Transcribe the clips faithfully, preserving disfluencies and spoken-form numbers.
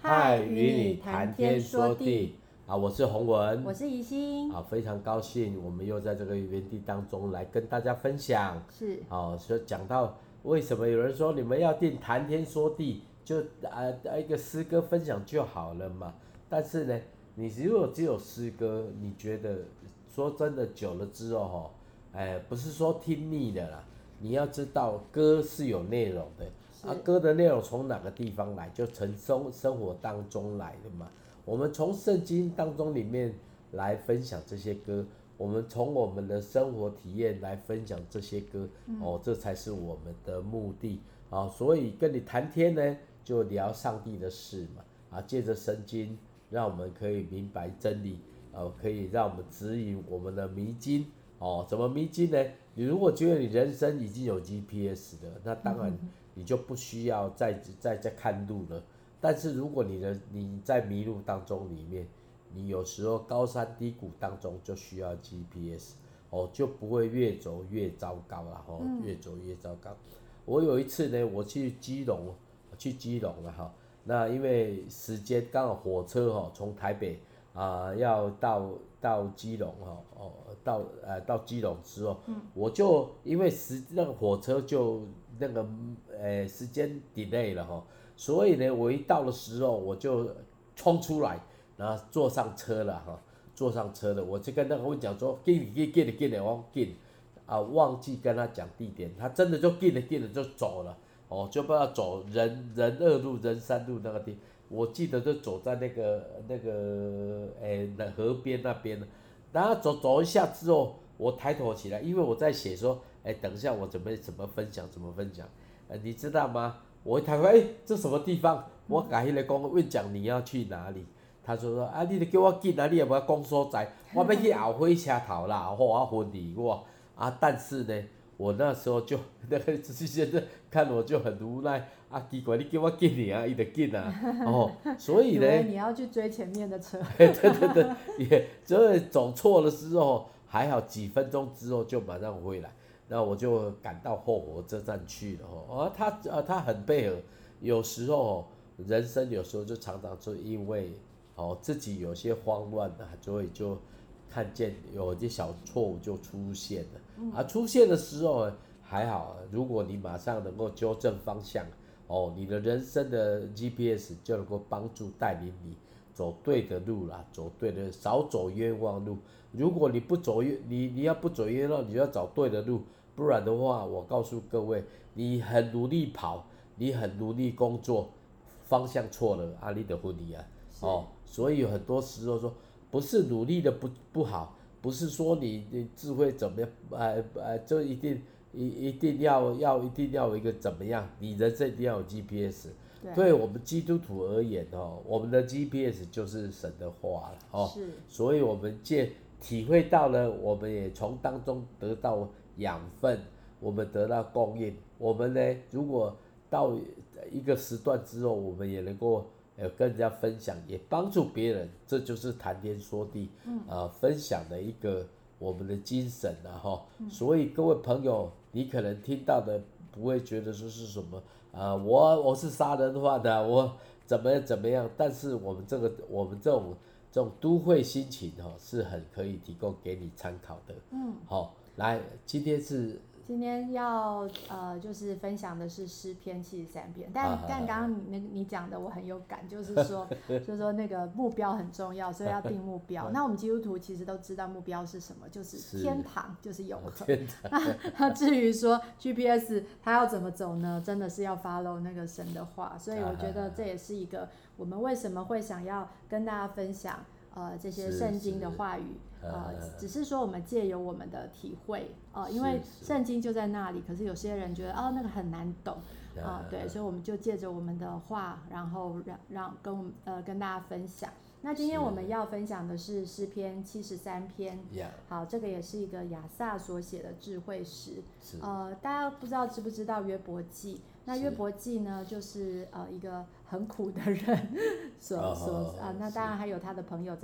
嗨，与你谈天说地啊，我是洪文， 我是怡心啊，非常高兴我们又在这个园地当中来跟大家分享。 是， 哦，所以讲到为什么有人说你们要定谈天说地，就啊一个诗歌分享就好了嘛？但是呢，你如果只有诗歌，你觉得说真的久了之后哈，哎，不是说听腻了啦，你要知道歌是有内容的。啊，歌的内容从哪个地方来，就从生生活当中来的嘛。我们从圣经当中里面来分享这些歌，我们从我们的生活体验来分享这些歌，哦，这才是我们的目的啊。所以跟你谈天呢，就聊上帝的事嘛，啊，借着圣经，让我们可以明白真理，啊，可以让我们指引我们的迷津。哦，怎么迷津呢？你如果觉得你人生已经有 G P S 的，那当然你就不需要再再再看路了。但是如果你的你在迷路当中里面，你有时候高山低谷当中就需要 G P S， 哦，就不会越走越糟糕了哦，越走越糟糕。我有一次呢，我去基隆，去基隆了哈，那因为时间刚好火车哈从台北啊、呃要到到基隆哈哦到呃到基隆之后，嗯、我就因为时那个火车就那个呃时间 delay 了哈，所以呢我一到的时候我就冲出来，然后坐上车了哈，坐上车了，我就跟那个我讲说，紧紧紧的紧的，我紧啊，忘记跟他讲地点，他真的就紧的紧的就走了。哦，就不知道走人人二路、人三路那个地，我记得就走在那个那个诶、那河边那边，然后走走一下之后，我抬头起来，因为我在写说，哎，等一下我准备怎么分享，怎么分享，呃，你知道吗？我一抬头，哎，这什么地方？我改迄个讲问讲你要去哪里？他说说啊，你就叫我紧啊，你也无讲所在，我要去后火车头啦，吼，我分离我啊，但是呢。我那时候就那个仔先生看我就很无奈啊，奇怪你叫我紧啊，伊就紧啊，哦，所以呢， 以为你要去追前面的车， 对对对，也所以走错的时候还好几分钟之后就马上回来，那我就赶到后火车站去了哦，啊他啊他很配合，有时候人生有时候就常常就因为哦自己有些慌乱啊，就会就看见有些小错误就出现了。啊，出现的时候还好，如果你马上能够纠正方向，哦，你的人生的 G P S 就能够帮助带领你走对的路啦，走对的，少走冤枉路。如果你不走冤，你你要不走冤枉，你就要找对的路，不然的话，我告诉各位，你很努力跑，你很努力工作，方向错了，啊，你就分离啊，哦，所以很多时候说，不是努力的不不好。不是说你你智慧怎么样，呃呃，就一定一一定要要一定要有一个怎么样，你人生一定要有 G P S。对我们基督徒而言哦，我们的 G P S 就是神的话了哦，所以我们借体会到了，我们也从当中得到养分，我们得到供应。我们呢，如果到一个时段之后，我们也能够。呃，跟人家分享，也帮助别人，这就是谈天说地，嗯、呃，分享的一个我们的精神啊哈。嗯、所以各位朋友，你可能听到的不会觉得说是什么啊、呃，我我是杀人犯的，我怎么样怎么样，但是我们这个我们这种这种都会心情哈、哦，是很可以提供给你参考的。嗯，好，来，今天是。 今天要呃，就是分享的是诗篇七十三篇，但、啊、但刚刚你你讲的我很有感，就是说就是说那个目标很重要，所以要定目标。那我们基督徒其实都知道目标是什么，就是天堂，就是永恒。那那至于说 G P S 它要怎么走呢？真的是要 follow 那个神的话，所以我觉得这也是一个我们为什么会想要跟大家分享呃这些圣经的话语。呃，只是说我们借由我们的体会，呃，因为圣经就在那里，可是有些人觉得哦那个很难懂，啊、呃，对，所以我们就借着我们的话，然后让让跟我们呃跟大家分享。那今天我们要分享的是诗篇七十三篇，好，这个也是一个亚萨所写的智慧诗，呃，大家不知道知不知道约伯记？那约伯记呢，就是呃一个很苦的人所所啊、呃，那当然还有他的朋友在。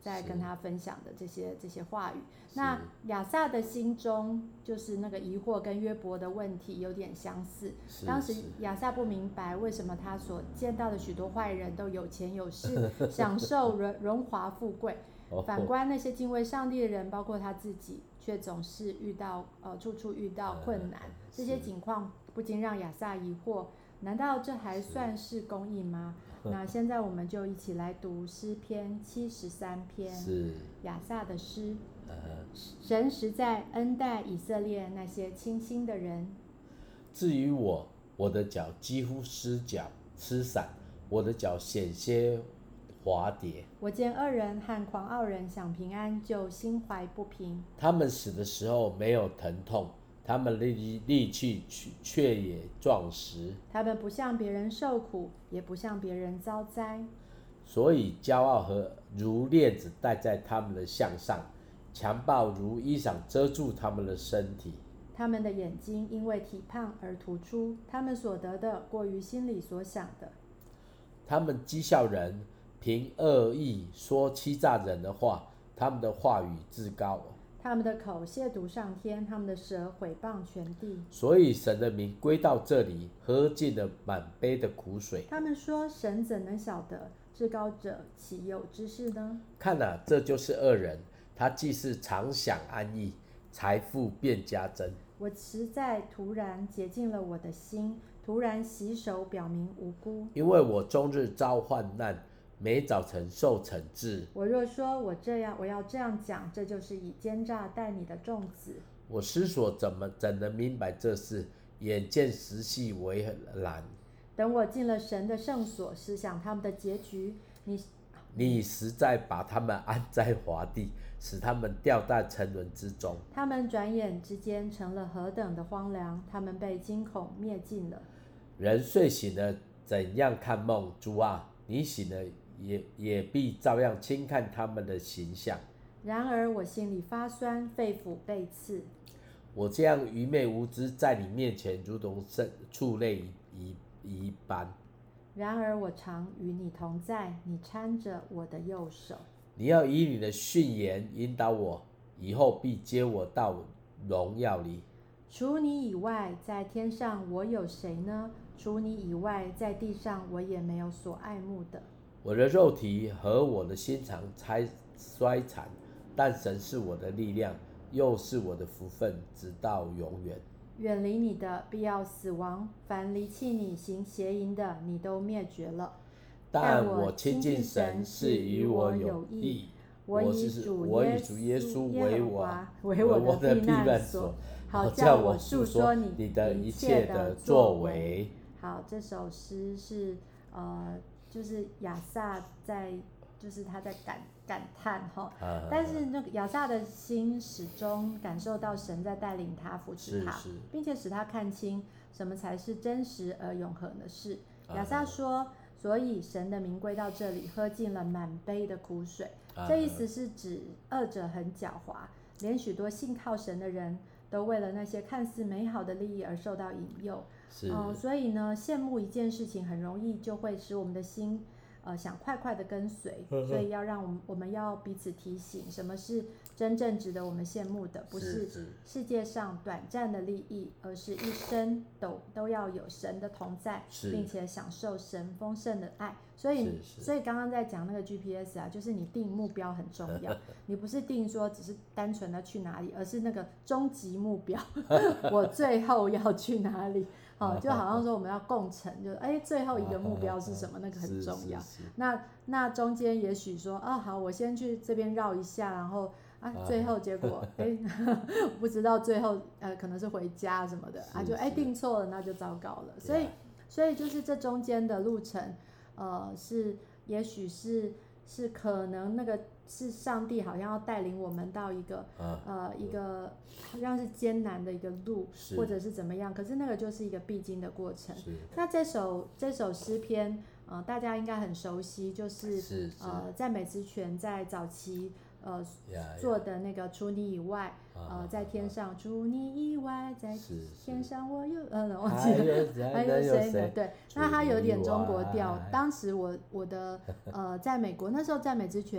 在跟他分享的这些这些话语。那亚萨的心中就是那个疑惑，跟约伯的问题有点相似。当时亚萨不明白为什么他所见到的许多坏人都有钱有势，享受荣荣华富贵，反观那些敬畏上帝的人，包括他自己，却总是遇到呃处处遇到困难。这些情况不禁让亚萨疑惑，难道这还算是公义吗？那现在我们就一起来读诗篇七十三篇，亚萨的诗。神实在恩待以色列那些清心的人。 至于我，我的脚几乎失脚失散，我的脚险些滑跌。 我见恶人和狂傲人享平安，就心怀不平。 他们死的时候没有疼痛，他们力力气却也壮实。 他们不向别人受苦，也不向别人遭灾。 所以骄傲和如链子戴在他们的项上，强暴如衣裳遮住他们的身体。 他们的眼睛因为体胖而突出，他们所得的过于心里所想的。 他们讥笑人，凭恶意说欺诈人的话，他们的话语至高。 他们的口亵渎上天，他们的舌毁谤全地。 所以神的名归到这里，喝尽了满杯的苦水。 他们说：神怎能晓得？至高者岂有知识呢？ 看啊，这就是恶人，他既是常享安逸，财富便加增。 我实在突然洁净了我的心，突然洗手表明无辜。 因为我终日遭患难，每早晨受惩治。 我若说我这样，我要这样讲，这就是以奸诈待你的众子。 我思索怎么怎能明白这事，眼见时系为然。 等我进了神的圣所，思想他们的结局，你你实在把他们安在华地，使他们掉在沉沦之中。 他们转眼之间成了何等的荒凉，他们被惊恐灭尽了。 人睡醒了怎样看梦？主啊，你醒了 也, 也必照样轻看他们的形象。 然而我心里发酸，肺腑被刺。 我这样愚昧无知，在你面前如同畜类一一般。 然而我常与你同在，你搀着我的右手。 你要以你的训言引导我，以后必接我到荣耀里。 除你以外，在天上我有谁呢？除你以外，在地上我也没有所爱慕的。 我的肉体和我的心肠才衰残，但神是我的力量，又是我的福分，直到永远。 远离你的必要死亡，凡离弃你行邪淫的，你都灭绝了。 但我亲近神是与我有益， 我以主耶稣为我为我的避难所，好叫我述说你的一切的作为。好，这首诗是呃，就是亚萨在，就是他在感感叹哈， 啊、 但是那个亚萨的心始终感受到神在带领他、扶持他，并且使他看清什么才是真实而永恒的事。亚萨说。所以神的名归到这里，喝尽了满杯的苦水。这意思是指恶者很狡猾，连许多信靠神的人都为了那些看似美好的利益而受到引诱。呃、所以呢，羡慕一件事情很容易就会使我们的心呃想快快的跟随。所以要让我们我们要彼此提醒，什么是真正值得我们羡慕的，不是世界上短暂的利益，而是一生都都要有神的同在，并且享受神丰盛的爱。所以所以刚刚在讲那个 G P S 啊，就是你定目标很重要，你不是定说只是单纯的去哪里，而是那个终极目标我最后要去哪里。哦，就好像说我们要共乘，就哎最后一个目标是什么，那个很重要。那那中间也许说啊好，我先去这边绕一下，然后啊最后结果哎不知道最后呃可能是回家什么的啊，就哎定错了，那就糟糕了。所以所以就是这中间的路程，呃是也许是是可能那个是上帝好像要带领我们到一个、啊、呃一个好像是艰难的一个路，或者是怎么样，可是那个就是一个必经的过程。那这首这首诗篇呃大家应该很熟悉，就是是是呃赞美之泉在早期呃 yeah, 做的那个除你以外、yeah. 呃在天上除你以外在天上我有呃忘记了还有谁呢？对，那它有点中国调。当时我我的呃在美国那时候赞美之泉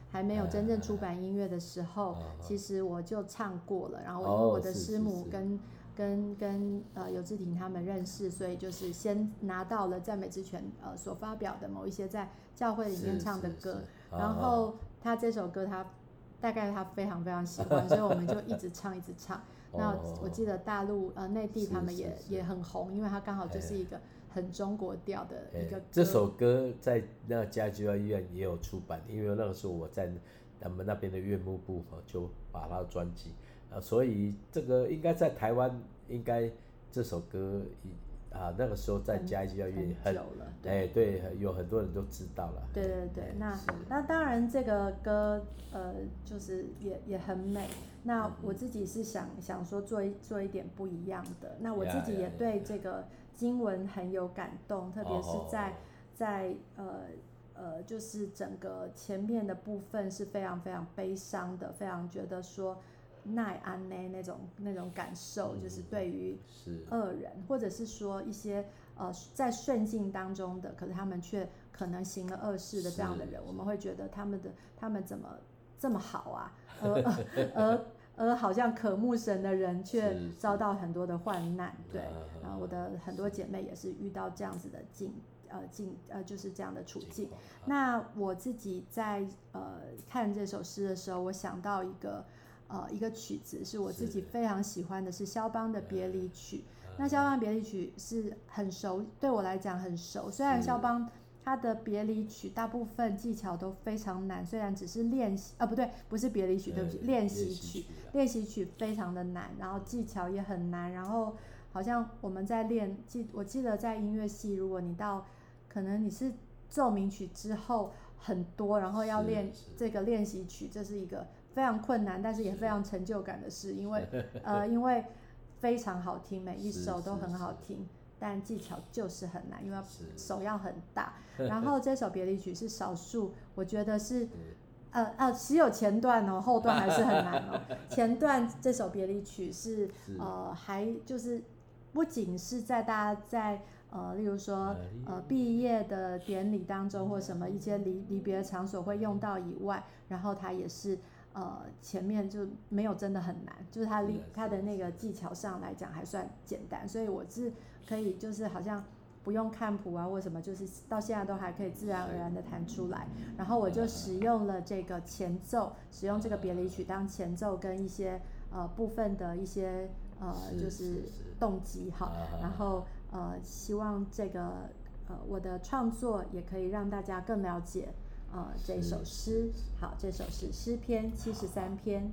还没有真正出版音乐的时候， 啊啊其实我就唱过了。然后因为哦我的师是是是母跟跟跟呃尤志婷他们认识，所以就是先拿到了赞美之泉呃所发表的某一些在教会里面唱的歌， 是是是啊然后他这首歌他大概他非常非常喜欢，所以我们就一直唱一直唱。那哦我记得大陆呃内地他们也是是是也很红，因为它刚好就是一个很中国调的一个歌。 这首歌在那个家居医院也有出版，因为那个时候我在他们那边的乐牧部就把它专辑，呃，所以这个应该在台湾应该这首歌啊那个时候在家居医院很久了， 哎对，有很多人都知道了。 对对对，那那当然这个歌呃就是也也很美。那我自己是想想说做一做一点不一样的。那我自己也对这个经文很有感动，特别是在在呃呃就是整个前面的部分是非常非常悲伤的，非常觉得说奈安呢那种那种感受，就是对于恶人或者是说一些呃在顺境当中的，可是他们却可能行了恶事的这样的人，我们会觉得他们的他们怎么这么好啊，而而而好像渴慕神的人却遭到很多的患难，对，然后我的很多姐妹也是遇到这样子的境呃境呃就是这样的处境。那我自己在呃看这首诗的时候，我想到一个呃一个曲子是我自己非常喜欢的，是肖邦的别离曲。那肖邦别离曲是很熟，对我来讲很熟，虽然肖邦他的别离曲大部分技巧都非常难，虽然只是练习啊，不对，不是别离曲，对不起，练习曲，练习曲非常的难，然后技巧也很难，然后好像我们在练，记我记得在音乐系，如果你到可能你是奏鸣曲之后很多，然后要练这个练习曲，这是一个非常困难，但是也非常成就感的事，因为呃，因为非常好听，每一首都很好听。但技巧就是很难，因为手要很大。然后这首别离曲是少数，我觉得是，呃呃，只有前段哦，后段还是很难哦。前段这首别离曲是呃，还就是不仅是在大家在呃，例如说呃毕业的典礼当中或什么一些离离别的场所会用到以外，然后它也是。呃，前面就没有真的很难，就是它它的那个技巧上来讲还算简单，所以我是可以就是好像不用看谱啊或什么，就是到现在都还可以自然而然的弹出来。然后我就使用了这个前奏，使用这个别离曲当前奏跟一些呃部分的一些呃就是动机哈，然后呃希望这个呃我的创作也可以让大家更了解。呃，这首诗，好，这首是诗篇七十三篇。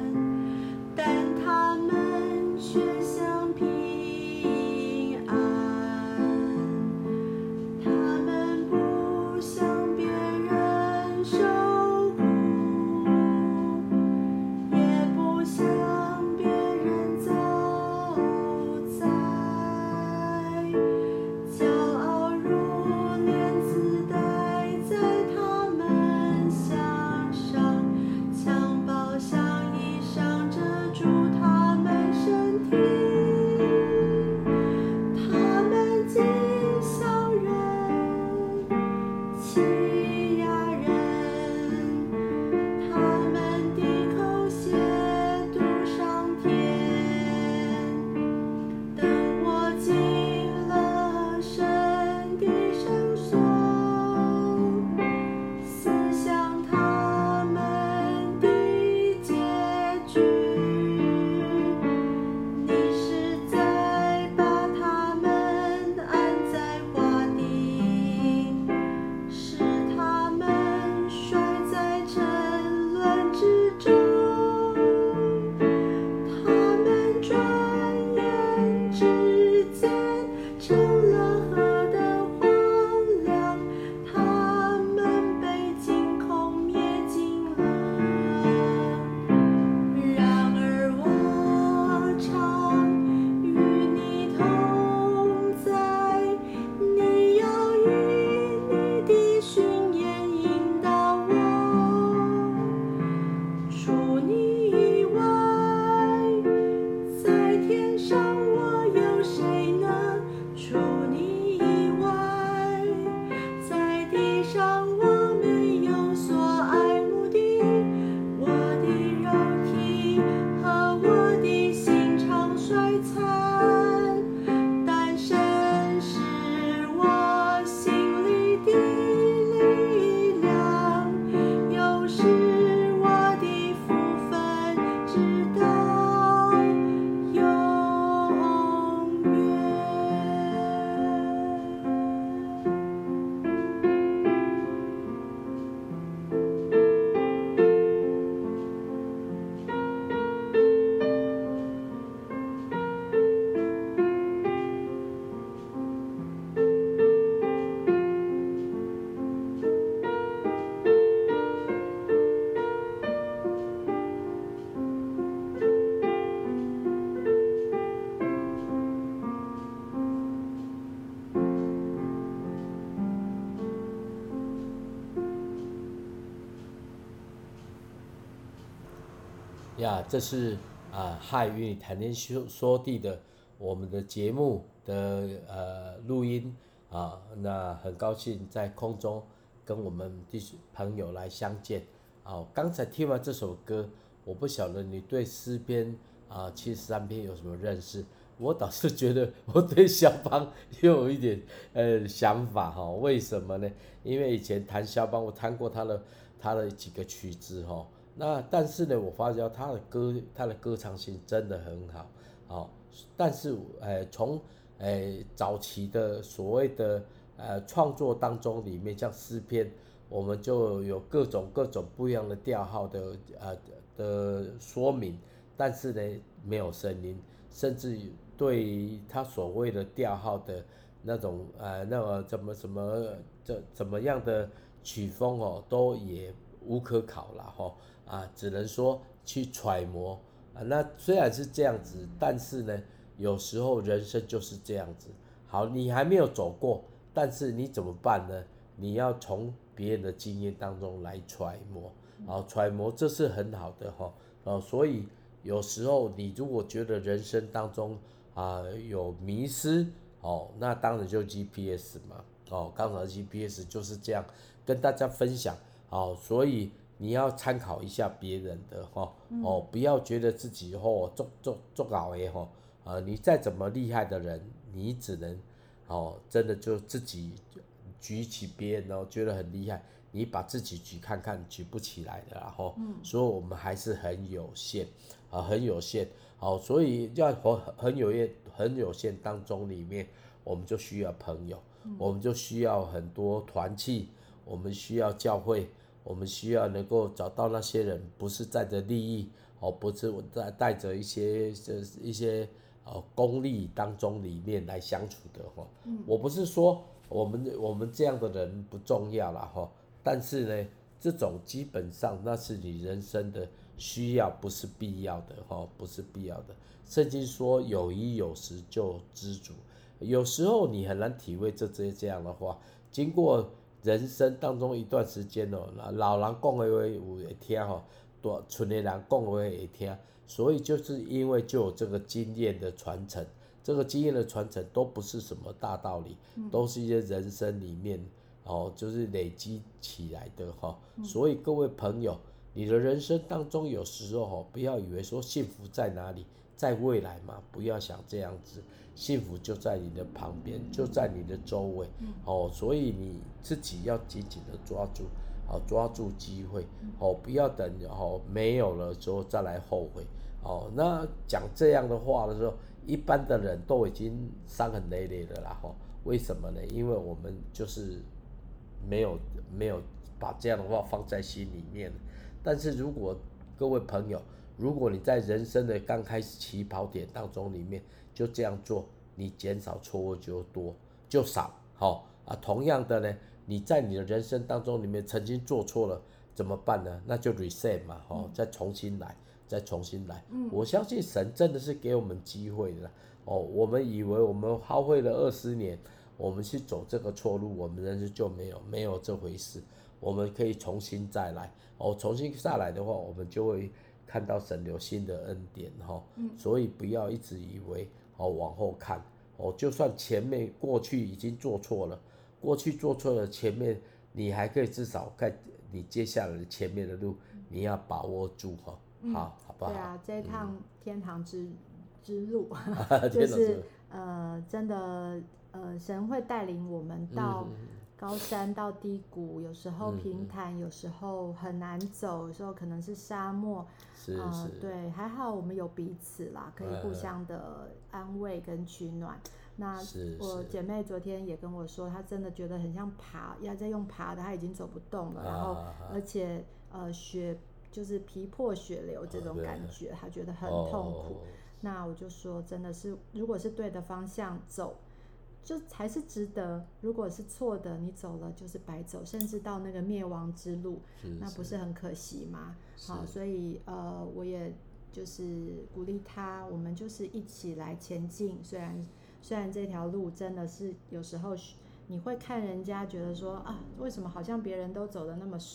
但他们却像平安。 呀，这是啊，嗨与你谈天说说地的我们的节目的呃录音啊，那很高兴在空中跟我们弟兄朋友来相见。啊，刚才听完这首歌，我不晓得你对诗篇啊七十三篇有什么认识？我倒是觉得我对肖邦也有一点呃想法哈、哦，为什么呢？因为以前弹肖邦，我弹过他的他的几个曲子哈、哦。那但是呢，我发觉他的歌，他的歌唱性真的很好，哦，但是呃，从呃早期的所谓的呃创作当中里面，像诗篇，我们就有各种各种不一样的调号的呃的说明，但是呢没有声音，甚至对于他所谓的调号的那种呃那个怎么什么怎怎么样的曲风哦，都也无可考了哈。哦啊，只能说去揣摩啊。那虽然是这样子，但是呢，有时候人生就是这样子。好，你还没有走过，但是你怎么办呢？你要从别人的经验当中来揣摩，啊，揣摩这是很好的哈。哦，所以有时候你如果觉得人生当中啊有迷失，哦，那当然就 G P S 嘛。哦，刚才 G P S 就是这样跟大家分享。好，所以你要参考一下别人的哈，哦，不要觉得自己哦做做做搞的哈，啊，你再怎么厉害的人，你只能哦真的就自己举起别人哦，觉得很厉害，你把自己举看看，举不起来的啦哈，所以我们还是很有限啊，很有限，好，所以要很很有限很有限当中里面，我们就需要朋友，我们就需要很多团契，我们需要教会。我们需要能够找到那些人，不是带着利益，哦，不是带带着一些这一些呃功利当中里面来相处的哈。我不是说我们我们这样的人不重要啦哈，但是呢，这种基本上那是你人生的需要，不是必要的哈，不是必要的。圣经说有衣有食就知足，有时候你很难体会这这这样的话，经过。人生当中一段时间哦，老人讲的话有会听吼，大村的人讲的话会听，所以就是因为就有这个经验的传承，这个经验的传承都不是什么大道理，都是一些人生里面哦，就是累积起来的哈。所以各位朋友，你的人生当中有时候哦，不要以为说幸福在哪里，在未来嘛，不要想这样子。幸福就在你的旁边，就在你的周围，哦，所以你自己要紧紧的抓住，好，抓住机会，哦，不要等哦没有了之后再来后悔，哦，那讲这样的话的时候，一般的人都已经伤痕累累的啦，吼，为什么呢？因为我们就是没有没有把这样的话放在心里面，但是如果各位朋友，如果你在人生的刚开始起跑点当中里面就这样做，你减少错误就多就少，好啊。同样的呢，你在你的人生当中里面曾经做错了，怎么办呢？那就 reset 嘛，哦，再重新来，再重新来。我相信神真的是给我们机会的哦。我们以为我们耗费了二十年，我们去走这个错路，我们人生就没有没有这回事。我们可以重新再来哦，重新再来的话，我们就会看到神有新的恩典哈。所以不要一直以为哦往后看哦，就算前面过去已经做错了，过去做错了，前面你还可以至少看你接下来的前面的路，你要把握住哈，好，好不好？ 对啊，这一趟天堂之之路，就是呃，真的呃，神会带领我们到高山到低谷，有时候平坦，有时候很难走，有时候可能是沙漠， 是呃， 是， 对，还好我们有彼此啦，可以互相的安慰跟取暖。那我姐妹昨天也跟我说，她真的觉得很像爬，要再用爬的，她已经走不动了，然后而且呃血就是皮破血流这种感觉，她觉得很痛苦。那我就说，真的是，如果是对的方向走，就才是值得；如果是错的，你走了就是白走，甚至到那个灭亡之路，那不是很可惜吗？好，所以呃，我也就是鼓励他，我们就是一起来前进。虽然虽然这条路真的是有时候你会看人家觉得说啊，为什么好像别人都走得那么顺，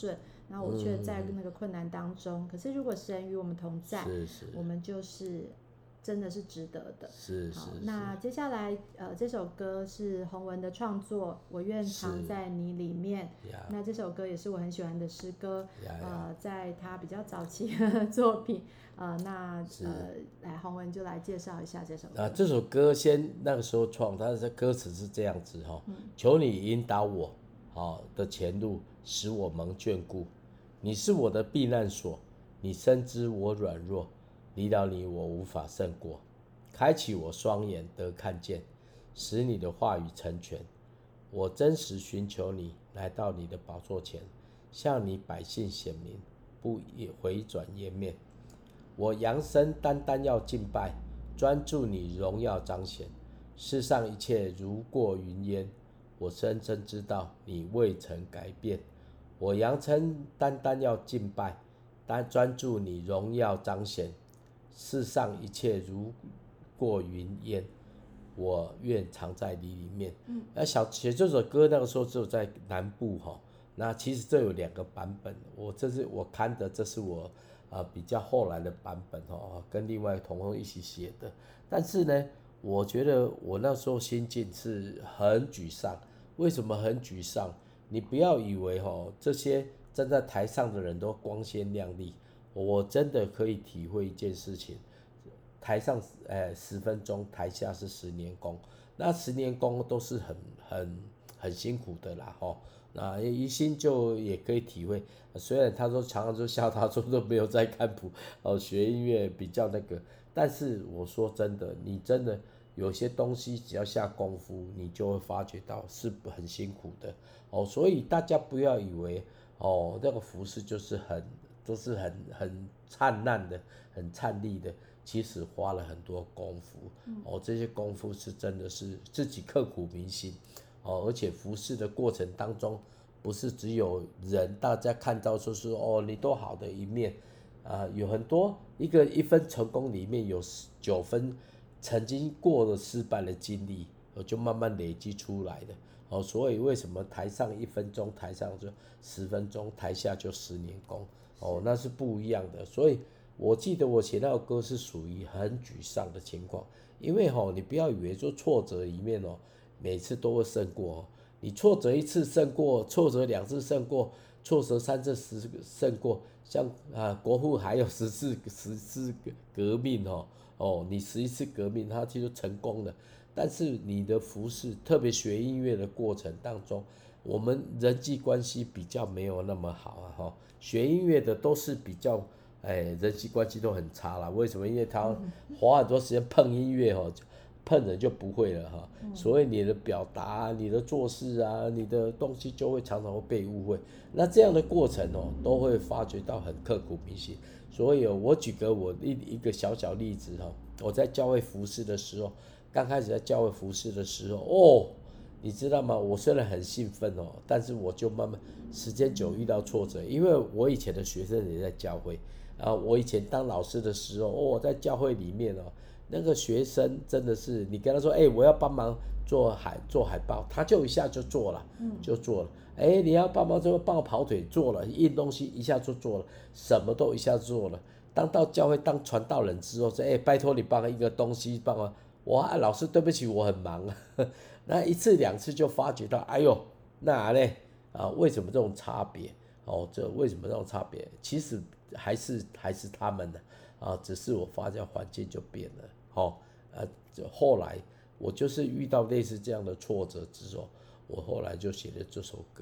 那我却在那个困难当中。嗯、可是如果神与我们同在， 是是我们就是真的是值得的。 是是。 好，那接下来呃这首歌是洪文的创作，我愿藏在你里面。那这首歌也是我很喜欢的诗歌，呃，在他比较早期的作品。呃，那呃，来洪文就来介绍一下这首歌。 啊，这首歌先那个时候创，它的歌词是这样子哈、哦嗯：求你引导我，哦的前路，使我蒙眷顾。你是我的避难所，你深知我软弱，离了你我无法胜过。开启我双眼得看见，使你的话语成全。我真实寻求你，来到你的宝座前，向你百姓显明，不回转颜面。我扬声单单要敬拜，专注你荣耀彰显。世上一切如过云烟，我深深知道你未曾改变。我扬声单单要敬拜，单专注你荣耀彰显。世上一切如过云烟，我愿藏在你里面。嗯，那小写这首歌那个时候只有在南部哈，那其实这有两个版本，我这是我看的，这是我。呃，比较后来的版本哦，跟另外同工一起写的。但是呢，我觉得我那时候心境是很沮丧。为什么很沮丧？你不要以为哦，这些站在台上的人都光鲜亮丽。我真的可以体会一件事情：台上呃十分钟，台下是十年功。那十年功都是很很很辛苦的啦，吼。那一心就也可以体会，虽然他说常常就笑他说都没有在看谱哦，学音乐比较那个，但是我说真的，你真的有些东西只要下功夫，你就会发觉到是很辛苦的哦，所以大家不要以为哦那个服饰就是很都是很很灿烂的、很灿丽的，其实花了很多功夫哦，这些功夫是真的是自己刻骨铭心。哦，而且服侍的过程当中，不是只有人，大家看到说是哦你多好的一面，啊、呃，有很多一个一分成功里面有九分曾经过的失败的经历，我就慢慢累积出来的。哦，所以为什么台上一分钟，台上就十分钟，台下就十年功，哦，那是不一样的。所以我记得我写那首歌是属于很沮丧的情况，因为吼、哦，你不要以为说挫折里面哦。每次都会胜过，你挫折一次胜过，挫折两次胜过，挫折三次十胜过。像啊，国父还有十次十次革命哦，哦，你十一次革命，他就成功了。但是你的服侍，特别学音乐的过程当中，我们人际关系比较没有那么好啊，哈。学音乐的都是比较，哎，人际关系都很差啦。为什么？因为他花很多时间碰音乐哦。碰人就不会了哈，所以你的表达、啊、你的做事啊、你的东西就会常常会被误会。那这样的过程哦，都会发觉到很刻骨铭心。所以、哦、我举个我一一个小小例子哈，我在教会服侍的时候，刚开始在教会服侍的时候，哦，你知道吗？我虽然很兴奋哦，但是我就慢慢时间久遇到挫折，因为我以前的学生也在教会啊，我以前当老师的时候，哦，在教会里面哦。那个学生真的是，你跟他说，哎、欸，我要帮忙做海做海报，他就一下就做了，就做了。哎、欸，你要帮忙就帮我跑腿，做了，印东西一下就做了，什么都一下做了。当到教会当传道人之后，说，哎、欸，拜托你帮一个东西帮我，我、啊、老师对不起，我很忙啊。那一次两次就发觉到，哎呦，那呢啊，为什么这种差别？哦，这为什么这种差别？其实还是还是他们的啊，只是我发现环境就变了。哦，呃，后来我就是遇到类似这样的挫折之后，我后来就写了这首歌。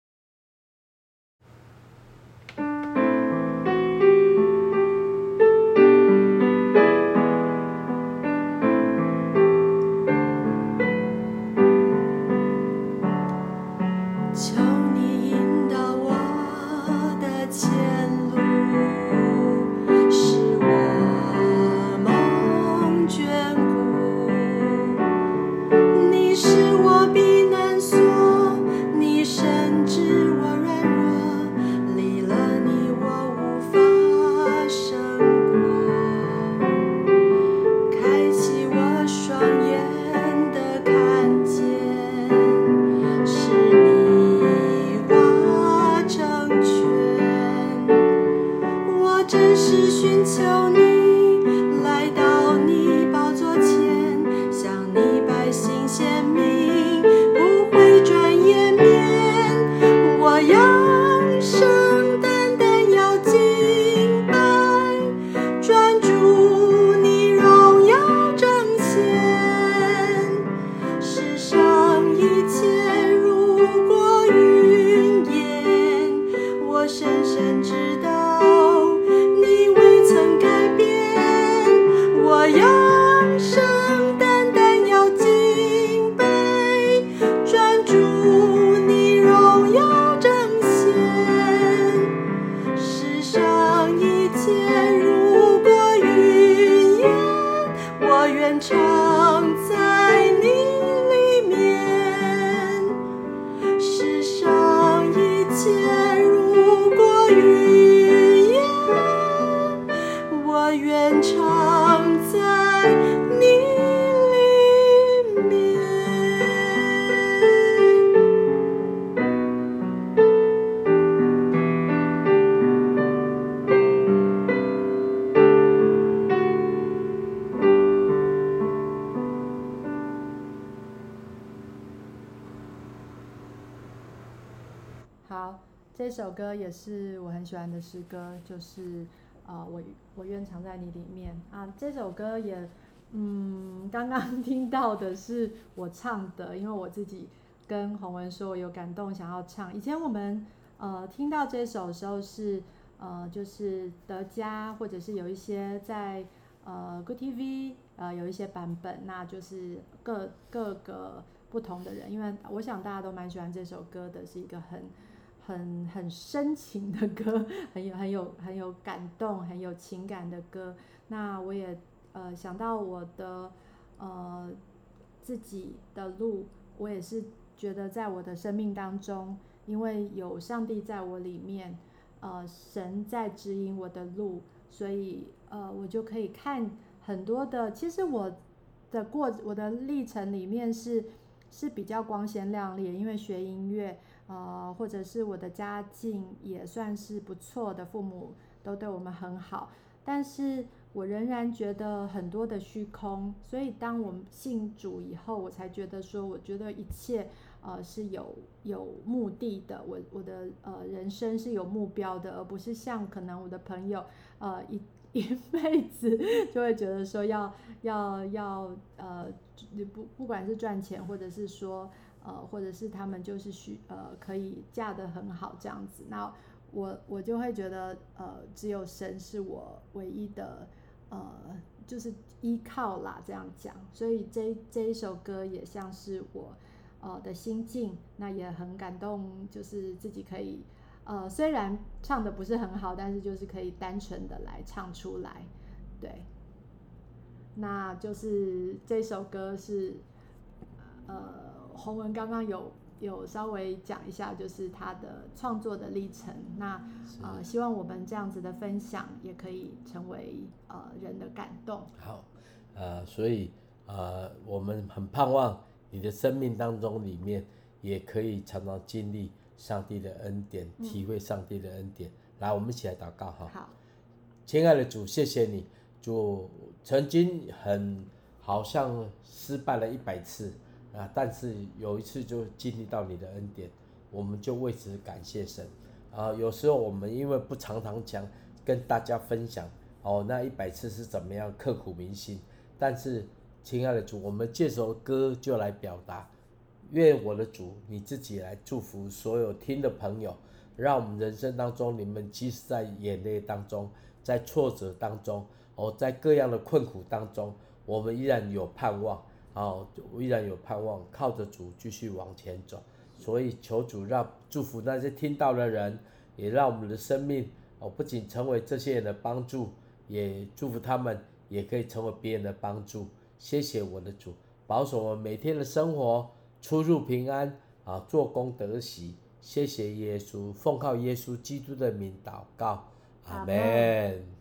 求你引导我的前路，使我蒙眷顾。你是我避难所，你深是寻求你，来到你宝座前，向你百姓显明，不会转颜面。我扬声单单要敬拜，专注你荣耀彰显。世上一切如过云烟，我深深知道你未曾改变。我扬声单单要敬拜，专注你荣耀彰显。世上一切如过云烟，我愿常在你里面。世上一切如过云烟，我愿常在你里面。 好，这首歌也是我很喜欢的诗歌，就是呃，我我愿常在你里面啊。这首歌也，嗯，刚刚听到的是我唱的，因为我自己跟洪文说我有感动，想要唱。以前我们呃听到这首的时候是呃就是德家，或者是有一些在呃 Good T V 呃有一些版本，那就是各各个不同的人，因为我想大家都蛮喜欢这首歌的，是一个很。很很深情的歌，很有很有很有感动、很有情感的歌。那我也呃想到我的呃自己的路，我也是觉得在我的生命当中，因为有上帝在我里面，呃神在指引我的路，所以呃我就可以看很多的。其实我的过我的历程里面是是比较光鲜亮丽的，因为学音乐。呃，或者是我的家境也算是不错的，父母都对我们很好，但是我仍然觉得很多的虚空，所以当我信主以后，我才觉得说，我觉得一切呃是有有目的的，我我的呃人生是有目标的，而不是像可能我的朋友呃一一辈子就会觉得说要要要呃不不管是赚钱或者是说。呃，或者是他们就是需呃可以嫁得很好这样子，那我我就会觉得呃只有神是我唯一的呃就是依靠啦这样讲，所以这这一首歌也像是我呃的心境，那也很感动，就是自己可以呃虽然唱的不是很好，但是就是可以单纯的来唱出来，对，那就是这首歌是呃。洪文刚刚有有稍微讲一下，就是他的创作的历程。那呃，希望我们这样子的分享也可以成为呃人的感动。 好，呃，所以呃，我们很盼望你的生命当中里面也可以常常经历上帝的恩典，嗯、体会上帝的恩典。来，我们一起来祷告哈。 好， 亲爱的主，谢谢你，主曾经很好像失败了一百次。啊！但是有一次就经历到你的恩典，我们就为此感谢神。啊，有时候我们因为不常常讲跟大家分享，哦，那一百次是怎么样刻骨铭心。但是，亲爱的主，我们借首歌就来表达，愿我的主你自己来祝福所有听的朋友，让我们人生当中，你们即使在眼泪当中，在挫折当中，哦，在各样的困苦当中，我们依然有盼望。哦，依然有盼望，靠着主继续往前走。所以求主让祝福那些听到的人，也让我们的生命哦，不仅成为这些人的帮助，也祝福他们也可以成为别人的帮助。谢谢我的主，保守我们每天的生活出入平安啊，做工得喜。谢谢耶稣，奉靠耶稣基督的名祷告，阿们。